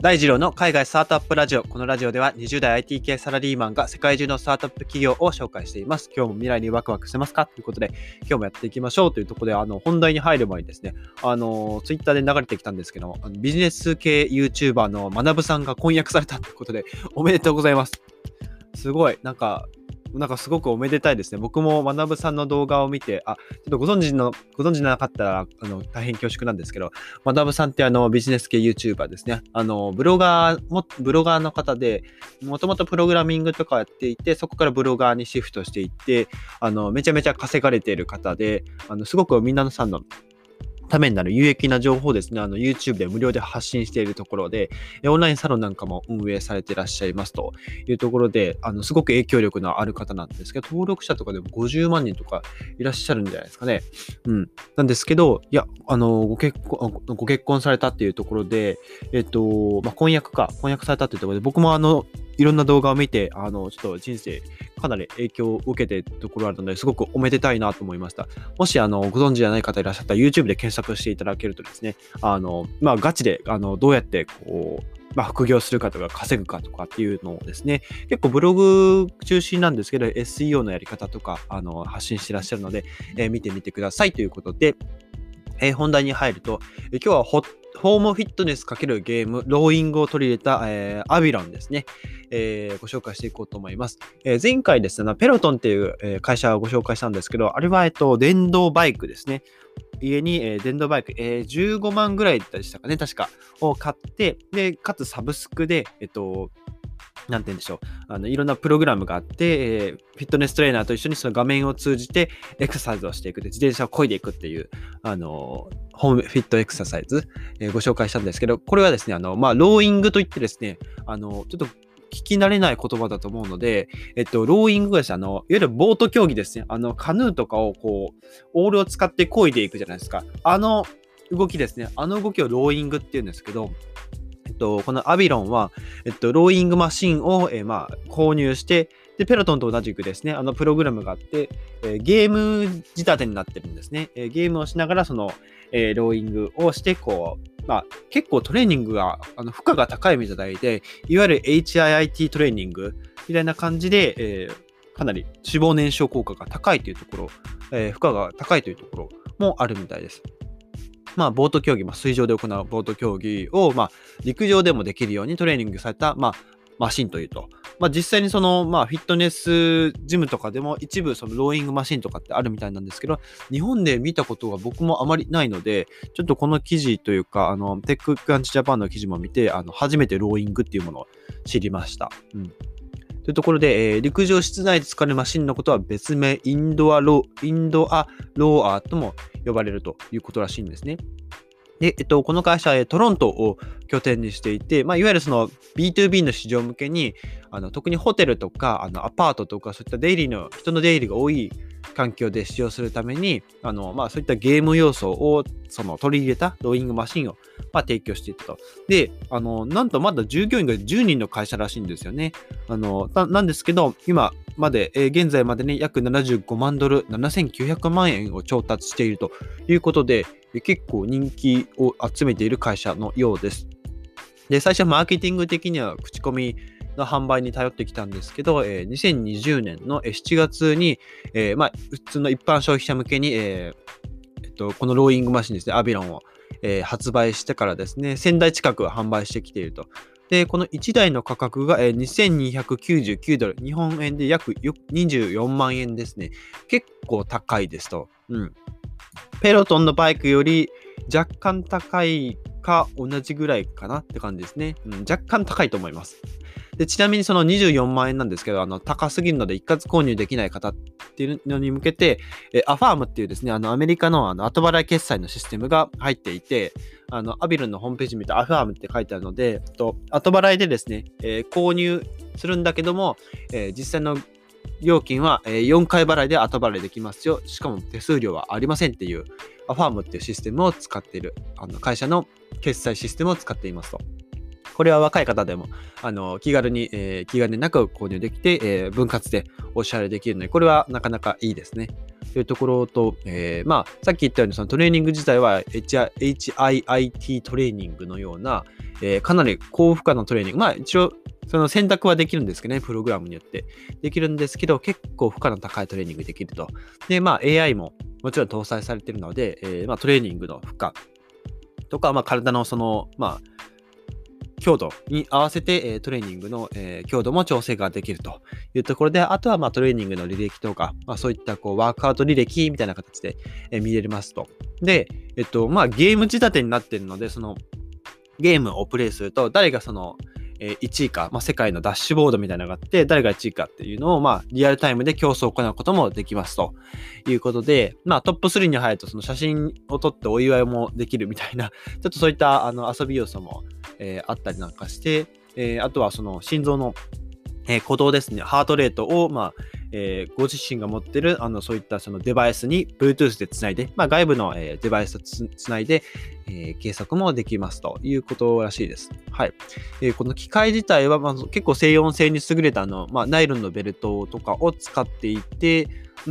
大二郎の海外スタートアップラジオ。このラジオでは20代 IT 系サラリーマンが世界中のスタートアップ企業を紹介しています。今日も未来にワクワクしてますかということで、今日もやっていきましょうというところで、本題に入る前にですね、ツイッターで流れてきたんですけど、ビジネス系 YouTuber の学さんが婚約されたということで、おめでとうございます。すごい、なんかすごくおめでたいですね。僕も学さんの動画を見て、ちょっとご存知なかったら、大変恐縮なんですけど、学さんってビジネス系 YouTuber ですね。ブロガーの方で、もともとプログラミングとかやっていて、そこからブロガーにシフトしていって、めちゃめちゃ稼がれている方で、すごく皆さんのためになる有益な情報をですね、YouTube で無料で発信しているところで、オンラインサロンなんかも運営されていらっしゃいますというところで、すごく影響力のある方なんですけど、登録者とかでも50万人とかいらっしゃるんじゃないですかね。なんですけど、ご結婚されたっていうところで、婚約されたっていうところで、僕もいろんな動画を見て、ちょっと人生かなり影響を受けているところあるので、すごくおめでたいなと思いました。もしご存知じゃない方いらっしゃったら YouTube で検索していただけるとですね、ガチでどうやって副業するかとか稼ぐかとかっていうのをですね、結構ブログ中心なんですけど SEO のやり方とか発信していらっしゃるので、見てみてくださいということで、本題に入ると、今日はホームフィットネス×ゲーム、ローイングを取り入れた、アビロンですね、ご紹介していこうと思います。前回ですね、ペロトンっていう、会社をご紹介したんですけど、あれは、電動バイクですね。家に、電動バイク、15万ぐらいでしたかね、確か、を買って、で、かつサブスクで、なんて言うんでしょう。いろんなプログラムがあって、フィットネストレーナーと一緒にその画面を通じてエクササイズをしていく。自転車を漕いでいくっていう、ホームフィットエクササイズ、ご紹介したんですけど、これはですね、ローイングといってですね、ちょっと聞き慣れない言葉だと思うので、ローイングがですね、いわゆるボート競技ですね。カヌーとかをオールを使って漕いでいくじゃないですか。動きですね。動きをローイングって言うんですけど、このアビロンは、ローイングマシンを、購入して、で、ペロトンと同じくですね、プログラムがあって、ゲーム仕立てになってるんですね。ゲームをしながら、ローイングをして、結構トレーニングが、負荷が高いみたいで、いわゆる HIIT トレーニングみたいな感じで、かなり脂肪燃焼効果が高いというところ、負荷が高いというところもあるみたいです。ボート競技、水上で行うボート競技を、陸上でもできるようにトレーニングされた、マシンというと。実際にフィットネスジムとかでも一部ローイングマシンとかってあるみたいなんですけど、日本で見たことが僕もあまりないので、ちょっとこの記事というか、テッククランチジャパンの記事も見て、初めてローイングっていうものを知りました。というところで、陸上室内で使われるマシンのことは別名インドアローアーとも呼ばれるということらしいんですね。で、この会社はトロントを拠点にしていて、いわゆるB2B の市場向けに、特にホテルとか、アパートとか、そういった人の出入りが多い環境で使用するために、そういったゲーム要素を取り入れたローイングマシンを、提供していたと。で、なんとまだ従業員が10人の会社らしいんですよね。なんですけど、現在までに約75万ドル、7900万円を調達しているということで、結構人気を集めている会社のようです。で、最初はマーケティング的には口コミの販売に頼ってきたんですけど、2020年の7月に、普通の一般消費者向けに、このローイングマシンですね、アビロンを、発売してからですね、1000台近く販売してきていると。で、この1台の価格が2299ドル、日本円で約24万円ですね。結構高いですと。ペロトンのバイクより若干高いか同じぐらいかなって感じですね。若干高いと思います。で、ちなみにその24万円なんですけど、高すぎるので一括購入できない方っていうのに向けて、アファームっていうですね、アメリカの後払い決済のシステムが入っていて、アビロンのホームページ見てアファームって書いてあるので、後払いでですね、購入するんだけども、実際の料金は4回払いで後払いできますよ。しかも手数料はありませんっていう、アファームっていうシステムを使っている、会社の決済システムを使っていますと。これは若い方でも気軽になく購入できて、分割でお支払いできるので、これはなかなかいいですね。というところと、さっき言ったようにそのトレーニング自体は HIIT トレーニングのような、 かなり高負荷のトレーニング、まあ一応その選択はできるんですけどね、プログラムによってできるんですけど、結構負荷の高いトレーニングできると。で、まあ AI ももちろん搭載されているので、まあトレーニングの負荷とか、まあ体のその、まあ強度に合わせて、トレーニングの、強度も調整ができるというところで、あとはまあトレーニングの履歴とか、まあ、そういったこうワークアウト履歴みたいな形で、見れますと。で、まあゲーム仕立てになっているので、そのゲームをプレイすると、誰がその、1位か、まあ、世界のダッシュボードみたいなのがあって、誰が1位かっていうのを、まあ、リアルタイムで競争を行うこともできますということで、まあ、トップ3に入ると、その写真を撮ってお祝いもできるみたいな、ちょっとそういった遊び要素も、あったりなんかして、あとはその心臓の、鼓動ですね、ハートレートを、まあ、ご自身が持ってるそういったそのデバイスに Bluetooth でつないで、まあ、外部の、デバイスとつないで、計測もできますということらしいです。はい。この機械自体は、まあ、結構静音性に優れたまあ、ナイロンのベルトとかを使っていて、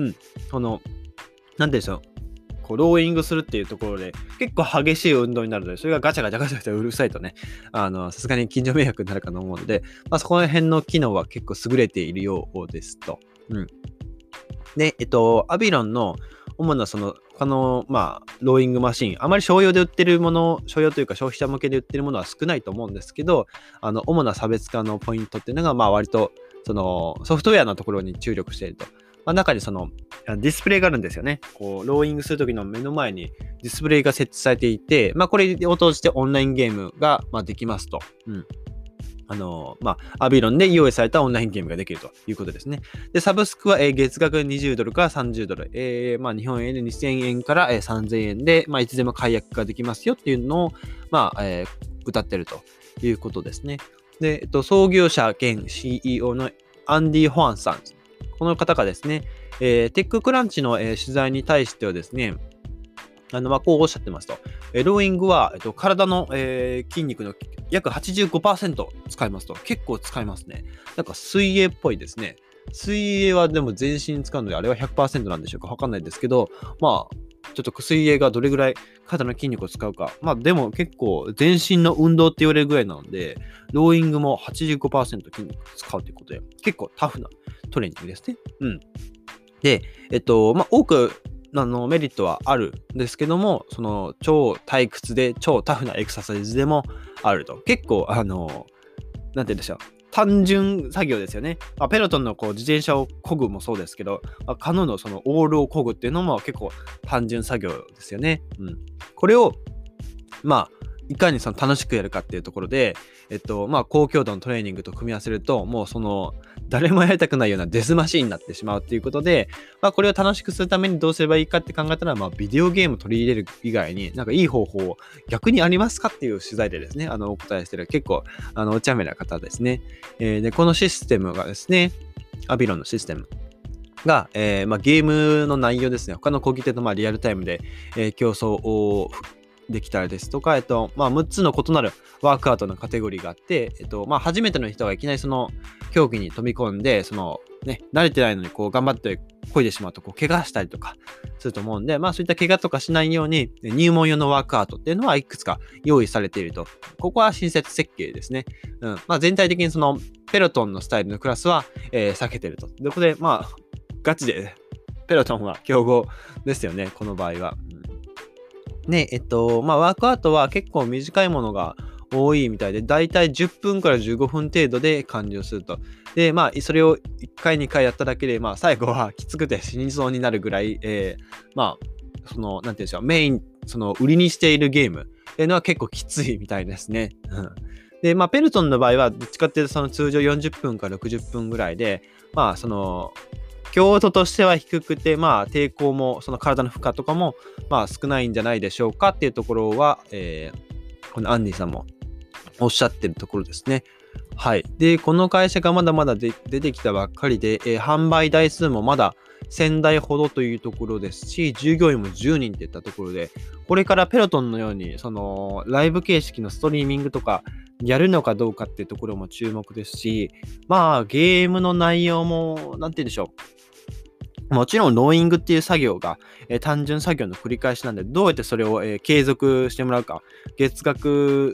なんでしょう。こうローイングするっていうところで結構激しい運動になるので、それがガチャガチャガチャガチャうるさいとね、さすがに近所迷惑になるかと思うので、まあ、そこら辺の機能は結構優れているようですと。で、アビロンの主なまあ、ローイングマシン、あまり商用で売ってるもの、商用というか消費者向けで売ってるものは少ないと思うんですけど、主な差別化のポイントっていうのが、まあ、割と、その、ソフトウェアのところに注力していると。まあ、中にその、ディスプレイがあるんですよね。こう、ローイングするときの目の前にディスプレイが設置されていて、まあ、これを通してオンラインゲームが、まあ、できますと。まあ、アビロンで用意されたオンラインゲームができるということですね。で、サブスクは、月額20ドルから30ドル、まあ、日本円で2000円から、3000円で、まあ、いつでも解約ができますよっていうのを、まあ、歌ってるということですね。で、創業者兼 CEO のアンディ・ホアンさん。この方がですね、テッククランチの、取材に対してはですね、まあ、こうおっしゃってますと。ローイングは、体の、筋肉の約 85% 使いますと。結構使いますね。なんか水泳っぽいですね。水泳はでも全身使うので、あれは 100% なんでしょうかわかんないですけど、まあ、ちょっと水泳がどれぐらい体の筋肉を使うか。まあでも結構全身の運動って言われるぐらいなので、ローイングも 85% 筋肉を使うということで、結構タフなトレーニングですね。で、まあ多くメリットはあるんですけども、その超退屈で超タフなエクササイズでもあると。結構なんて言うんでしょう。単純作業ですよね。まあ、ペロトンのこう自転車を漕ぐもそうですけど、まあ、カヌーのそのオールを漕ぐっていうのも結構単純作業ですよね。これをまあいかにその楽しくやるかっていうところで、まあ高強度のトレーニングと組み合わせると、もうその誰もやりたくないようなデスマシーンになってしまうっていうことで、まあこれを楽しくするためにどうすればいいかって考えたら、まあビデオゲーム取り入れる以外になんかいい方法逆にありますかっていう取材でですね、お答えしてる結構お茶目な方ですね。で、このシステムがですね、アビロンのシステムが、まあ、ゲームの内容ですね、他のコギ手とまあリアルタイムで、競争をできたりですとか、まあ、6つの異なるワークアウトのカテゴリーがあって、まあ、初めての人がいきなりその競技に飛び込んで、そのね、慣れてないのにこう頑張って漕いでしまうとこう怪我したりとかすると思うんで、まあそういった怪我とかしないように入門用のワークアウトっていうのはいくつか用意されていると。ここは親切設計ですね。まあ全体的にそのペロトンのスタイルのクラスは、避けてると。で、ここでまあガチでペロトンは競合ですよね、この場合は。で、まあワークアウトは結構短いものが多いみたいで、だいたい10分から15分程度で完了すると。で、まあ、それを1回、2回やっただけで、まあ、最後はきつくて死にそうになるぐらい、まあ、その、なんていうんでしょう、メイン、その、売りにしているゲームっていうのは結構きついみたいですね。で、まあ、ペルトンの場合は、どっちかっていうと、その通常40分から60分ぐらいで、まあ、その、強度としては低くて、まあ、抵抗も、その体の負荷とかも、まあ、少ないんじゃないでしょうかっていうところは、このアンディさんもおっしゃってるところですね。はい。で、この会社がまだまだ出てきたばっかりで、販売台数もまだ1000台ほどというところですし、従業員も10人っていったところで、これからペロトンのように、その、ライブ形式のストリーミングとかやるのかどうかっていうところも注目ですし、まあ、ゲームの内容も、なんて言うんでしょう。もちろんローイングっていう作業が、単純作業の繰り返しなんで、どうやってそれを、継続してもらうか、月額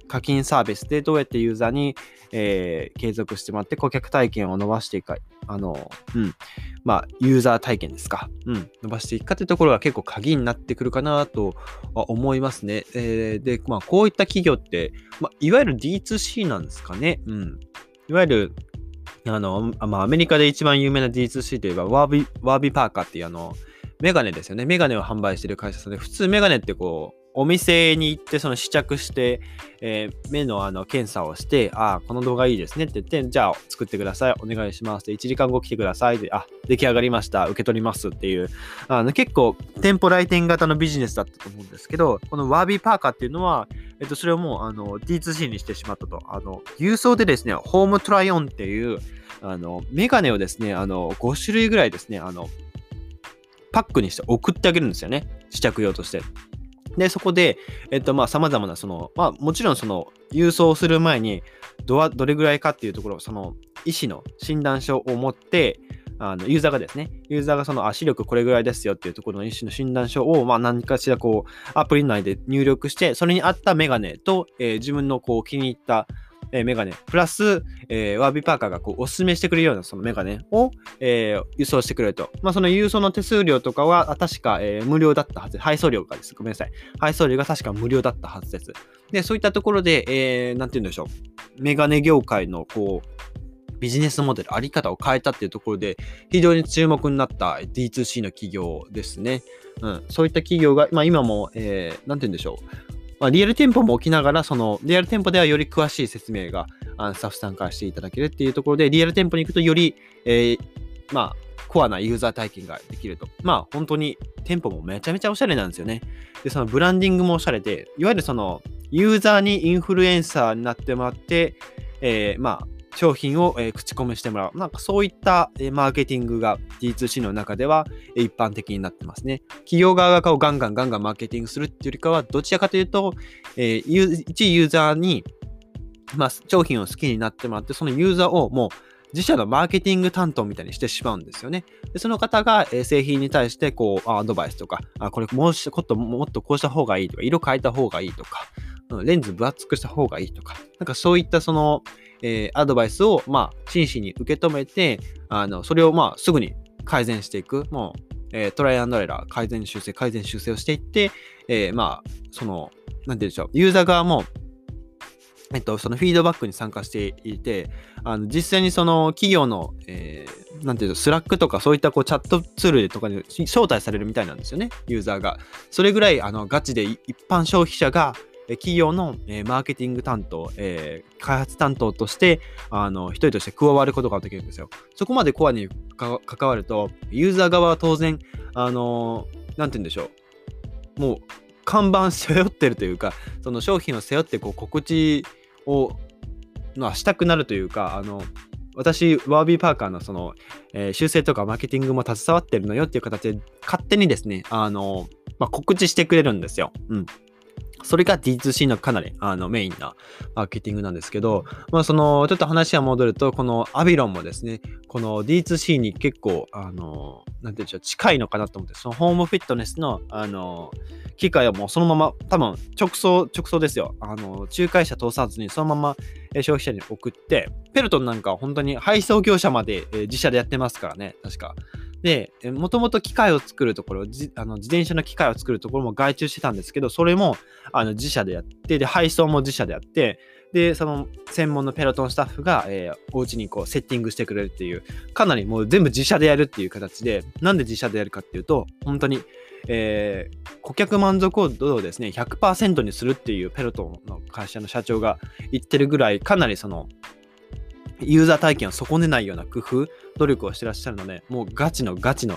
課金サービスでどうやってユーザーに、継続してもらって顧客体験を伸ばしていくか、ユーザー体験ですか、伸ばしていくかというところが結構鍵になってくるかなとは思いますね。で、こういった企業って、いわゆる D2C なんですかね。いわゆるアメリカで一番有名な D2C といえばワービーパーカーっていうメガネですよね。メガネを販売している会社さんで、普通メガネってお店に行って試着して、目の検査をして、この動画いいですねって言って、じゃあ作ってください。お願いします。1時間後来てください。で、出来上がりました。受け取りますっていう、結構店舗来店型のビジネスだったと思うんですけど、このワービーパーカーっていうのは、それをもうD2C にしてしまったと。郵送でですね、ホームトライオンっていう、メガネをですね、5種類ぐらいですね、パックにして送ってあげるんですよね。試着用として。で、そこで、様々なもちろん郵送する前に、どれぐらいかっていうところ、医師の診断書を持って、ユーザーが視力これぐらいですよっていうところの医師の診断書を、何かしらアプリ内で入力して、それに合ったメガネと、自分の気に入ったメガネ、プラス、ワービーパーカーがお勧めしてくれるようなそのメガネを、輸送してくれると。その郵送の手数料とかは、確か、無料だったはず。配送料がです。ごめんなさい。配送料が確か無料だったはずです。で、そういったところで、なんて言うんでしょう。メガネ業界のビジネスモデル、あり方を変えたっていうところで、非常に注目になった D2C の企業ですね。そういった企業が、今も、なんて言うんでしょう。リアル店舗も置きながら、リアル店舗ではより詳しい説明がスタッフさんからしていただけるっていうところで、リアル店舗に行くとより、コアなユーザー体験ができると。本当に店舗もめちゃめちゃおしゃれなんですよね。で、そのブランディングもおしゃれで、いわゆるユーザーにインフルエンサーになってもらって、商品を口コミしてもらう。そういったマーケティングが D2C の中では一般的になってますね。企業側がガンガンマーケティングするっていうよりかは、どちらかというと、一ユーザーに、商品を好きになってもらって、そのユーザーをもう自社のマーケティング担当みたいにしてしまうんですよね。で、その方が製品に対してアドバイスとか、これもっとこうした方がいいとか、色変えた方がいいとか、レンズ分厚くした方がいいとか、そういったアドバイスを真摯に受け止めて、それをすぐに改善していく、もう、トライアンドエラー、改善修正をしていって、なんて言うんでしょう、ユーザー側もそのフィードバックに参加していて、実際に企業の、なんていうの、スラックとかそういったチャットツールとかに招待されるみたいなんですよね、ユーザーが。それぐらいガチで一般消費者が企業のマーケティング担当、開発担当として一人として加わることができるんですよ。そこまでコアに関わると、ユーザー側は当然なんて言うんでしょう、もう看板背負ってるというか、その商品を背負って告知をしたくなるというか、私ワービーパーカーの修正とかマーケティングも携わってるのよっていう形で勝手にですね告知してくれるんですよ。それが D2C のかなりメインなマーケティングなんですけど、ちょっと話は戻ると、このアビロンもですね、この D2C に結構なんて言うんでしょう、近いのかなと思って、そのホームフィットネスの機械はもうそのまま多分直送ですよ。仲介者通さずにそのまま消費者に送って、ペルトンなんかは本当に配送業者まで自社でやってますからね、確か。で、もともと機械を作るところ、自転車の機械を作るところも外注してたんですけど、それも自社でやって、で、配送も自社でやって、で、その専門のペロトンスタッフが、お家にセッティングしてくれるっていう、かなりもう全部自社でやるっていう形で、なんで自社でやるかっていうと、本当に、顧客満足度をですね、100% にするっていうペロトンの会社の社長が言ってるぐらい、かなりユーザー体験を損ねないような工夫、努力をしてらっしゃるので、もうガチの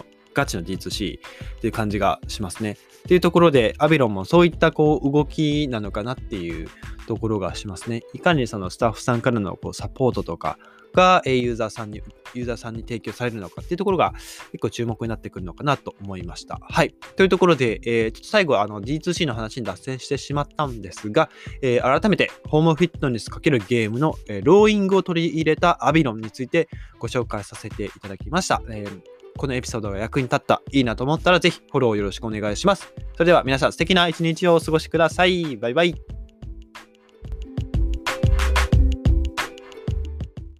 D2C っていう感じがしますね。っていうところで、アビロンもそういった動きなのかなっていうところがしますね。いかにスタッフさんからのサポートとかがユーザーさんに提供されるのかっていうところが結構注目になってくるのかなと思いました。はい。というところで、ちょっと最後はD2C の話に脱線してしまったんですが、改めてホームフィットネス×ゲームの、ローイングを取り入れたアビロンについてご紹介させていただきました。このエピソードが役に立った、いいなと思ったらぜひフォローよろしくお願いします。それでは皆さん素敵な一日をお過ごしください。バイバイ。